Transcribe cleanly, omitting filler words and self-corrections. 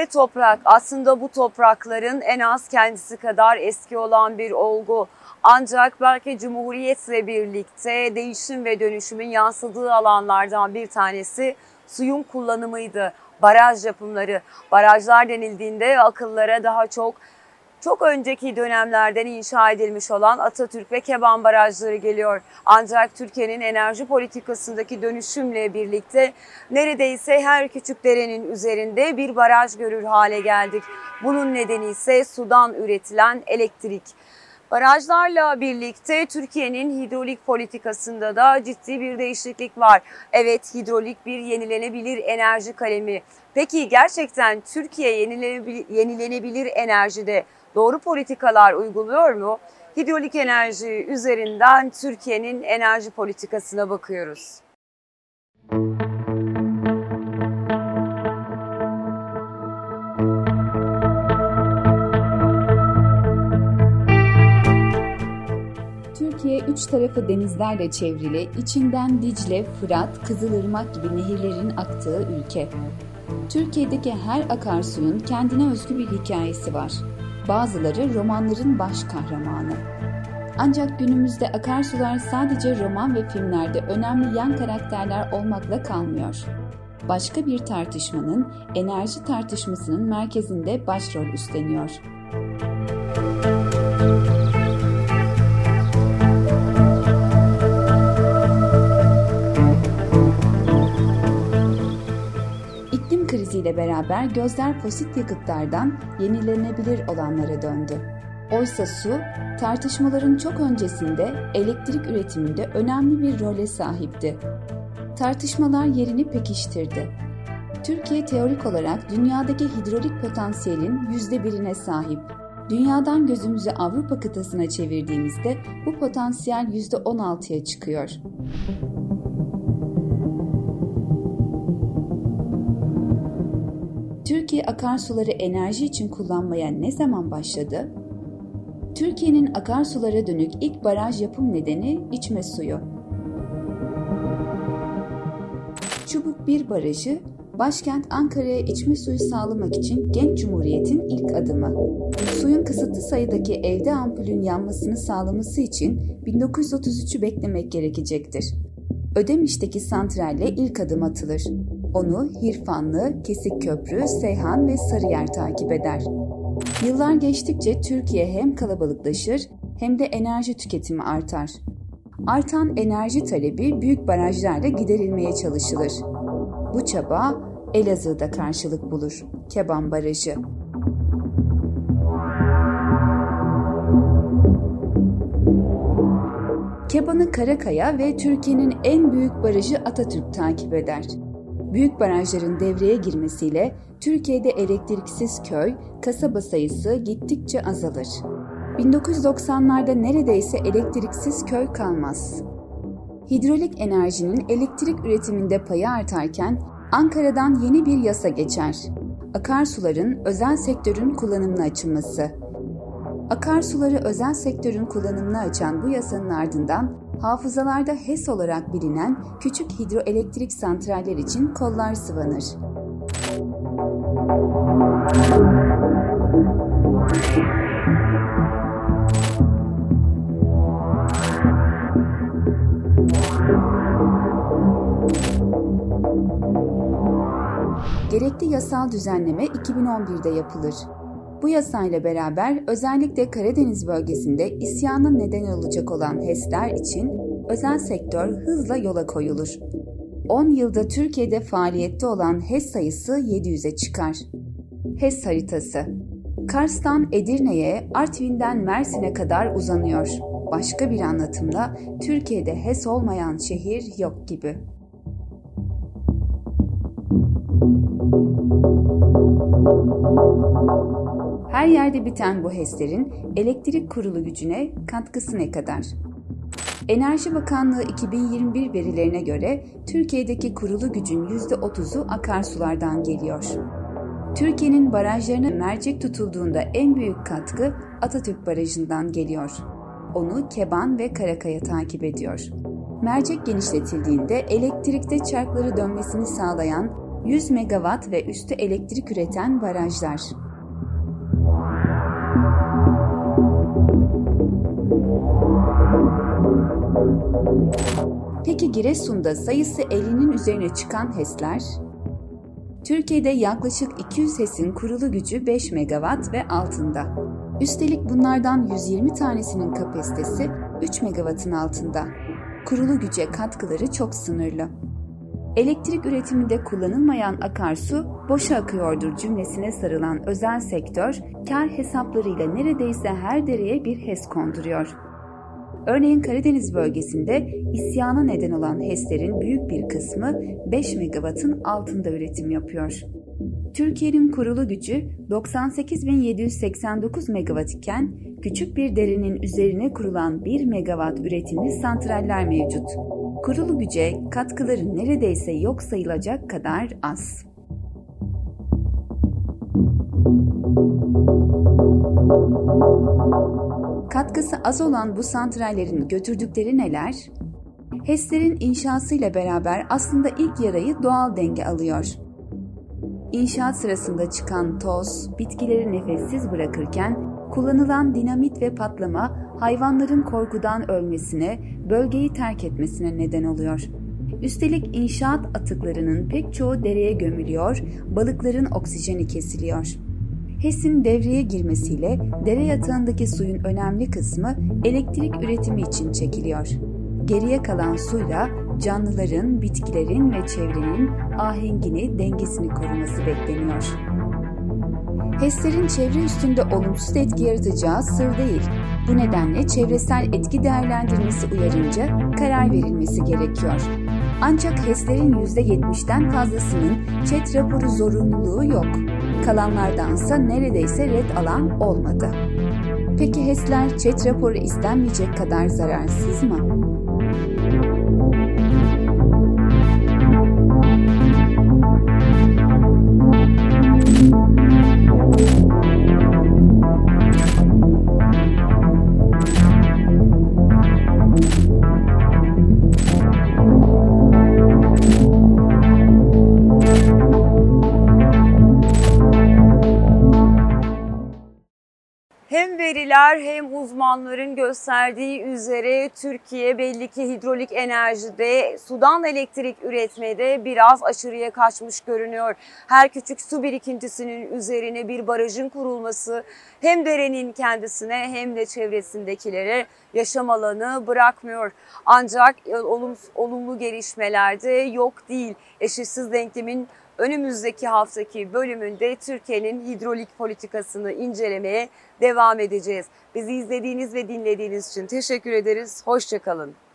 toprak aslında bu toprakların en az kendisi kadar eski olan bir olgu. Ancak belki Cumhuriyet'le birlikte değişim ve dönüşümün yansıdığı alanlardan bir tanesi suyun kullanımıydı. Baraj yapımları. Barajlar denildiğinde akıllara daha çok önceki dönemlerden inşa edilmiş olan Atatürk ve Keban barajları geliyor. Ancak Türkiye'nin enerji politikasındaki dönüşümle birlikte neredeyse her küçük derenin üzerinde bir baraj görür hale geldik. Bunun nedeni ise sudan üretilen elektrik. Barajlarla birlikte Türkiye'nin hidrolik politikasında da ciddi bir değişiklik var. Evet, hidrolik bir yenilenebilir enerji kalemi. Peki gerçekten Türkiye yenilenebilir enerjide doğru politikalar uyguluyor mu? Hidrolik enerji üzerinden Türkiye'nin enerji politikasına bakıyoruz. Türkiye üç tarafı denizlerle çevrili, içinden Dicle, Fırat, Kızılırmak gibi nehirlerin aktığı ülke. Türkiye'deki her akarsuyun kendine özgü bir hikayesi var. Bazıları romanların baş kahramanı. Ancak günümüzde akarsular sadece roman ve filmlerde önemli yan karakterler olmakla kalmıyor. Başka bir tartışmanın, enerji tartışmasının merkezinde başrol üstleniyor. İklim kriziyle beraber gözler fosil yakıtlardan yenilenebilir olanlara döndü. Oysa su, tartışmaların çok öncesinde elektrik üretiminde önemli bir role sahipti. Tartışmalar yerini pekiştirdi. Türkiye teorik olarak dünyadaki hidrolik potansiyelin %1'ine sahip. Dünyadan gözümüzü Avrupa kıtasına çevirdiğimizde bu potansiyel %16'ya çıkıyor. Türkiye akarsuları enerji için kullanmaya ne zaman başladı? Türkiye'nin akarsulara dönük ilk baraj yapım nedeni içme suyu. Çubuk 1 Barajı, başkent Ankara'ya içme suyu sağlamak için genç cumhuriyetin ilk adımı. Suyun kısıtlı sayıdaki evde ampulün yanmasını sağlaması için 1933'ü beklemek gerekecektir. Ödemiş'teki santralle ilk adım atılır. Onu Hirfanlı, Kesikköprü, Seyhan ve Sarıyer takip eder. Yıllar geçtikçe Türkiye hem kalabalıklaşır hem de enerji tüketimi artar. Artan enerji talebi büyük barajlarla giderilmeye çalışılır. Bu çaba Elazığ'da karşılık bulur. Keban Barajı. Keban'ı Karakaya ve Türkiye'nin en büyük barajı Atatürk takip eder. Büyük barajların devreye girmesiyle Türkiye'de elektriksiz köy, kasaba sayısı gittikçe azalır. 1990'larda neredeyse elektriksiz köy kalmaz. Hidrolik enerjinin elektrik üretiminde payı artarken Ankara'dan yeni bir yasa geçer. Akarsuların özel sektörün kullanımına açılması. Akarsuları özel sektörün kullanımına açan bu yasanın ardından hafızalarda HES olarak bilinen küçük hidroelektrik santraller için kollar sıvanır. Gerekli yasal düzenleme 2011'de yapılır. Bu yasayla beraber özellikle Karadeniz bölgesinde isyana neden olacak olan HES'ler için özel sektör hızla yola koyulur. 10 yılda Türkiye'de faaliyette olan HES sayısı 700'e çıkar. HES haritası. Kars'tan Edirne'ye, Artvin'den Mersin'e kadar uzanıyor. Başka bir anlatımla Türkiye'de HES olmayan şehir yok gibi. Her yerde biten bu HES'lerin elektrik kurulu gücüne katkısı ne kadar? Enerji Bakanlığı 2021 verilerine göre Türkiye'deki kurulu gücün %30'u akarsulardan geliyor. Türkiye'nin barajlarına mercek tutulduğunda en büyük katkı Atatürk Barajı'ndan geliyor. Onu Keban ve Karakaya takip ediyor. Mercek genişletildiğinde elektrikte çarkları dönmesini sağlayan 100 megawatt ve üstü elektrik üreten barajlar. Peki Giresun'da sayısı 50'nin üzerine çıkan HES'ler? Türkiye'de yaklaşık 200 HES'in kurulu gücü 5 megawatt ve altında. Üstelik bunlardan 120 tanesinin kapasitesi 3 megawattın altında. Kurulu güce katkıları çok sınırlı. Elektrik üretiminde kullanılmayan akarsu boşa akıyordur cümlesine sarılan özel sektör, kar hesaplarıyla neredeyse her dereye bir HES konduruyor. Örneğin Karadeniz bölgesinde isyana neden olan HES'lerin büyük bir kısmı 5 megawattın altında üretim yapıyor. Türkiye'nin kurulu gücü 98.789 megawatt iken küçük bir derenin üzerine kurulan 1 megawatt üretimli santraller mevcut. Kurulu güce katkıları neredeyse yok sayılacak kadar az. Katkısı az olan bu santrallerin götürdükleri neler? HES'lerin inşasıyla beraber aslında ilk yarayı doğal denge alıyor. İnşaat sırasında çıkan toz, bitkileri nefessiz bırakırken kullanılan dinamit ve patlama hayvanların korkudan ölmesine, bölgeyi terk etmesine neden oluyor. Üstelik inşaat atıklarının pek çoğu dereye gömülüyor, balıkların oksijeni kesiliyor. HES'in devreye girmesiyle dere yatağındaki suyun önemli kısmı elektrik üretimi için çekiliyor. Geriye kalan suyla canlıların, bitkilerin ve çevrenin ahengini, dengesini koruması bekleniyor. HES'lerin çevre üstünde olumsuz etki yaratacağı sır değil. Bu nedenle çevresel etki değerlendirmesi uyarınca karar verilmesi gerekiyor. Ancak HES'lerin %70'den fazlasının ÇED raporu zorunluluğu yok. Kalanlardansa neredeyse ret alan olmadı. Peki HES'ler ÇED raporu istenmeyecek kadar zararsız mı? Hem veriler hem uzmanların gösterdiği üzere Türkiye belli ki hidrolik enerjide, sudan elektrik üretmede biraz aşırıya kaçmış görünüyor. Her küçük su birikintisinin üzerine bir barajın kurulması hem derenin kendisine hem de çevresindekilere yaşam alanı bırakmıyor. Ancak olumlu gelişmeler de yok değil. Eşitsiz denklemin önümüzdeki haftaki bölümünde Türkiye'nin hidrolik politikasını incelemeye devam edeceğiz. Bizi izlediğiniz ve dinlediğiniz için teşekkür ederiz. Hoşça kalın.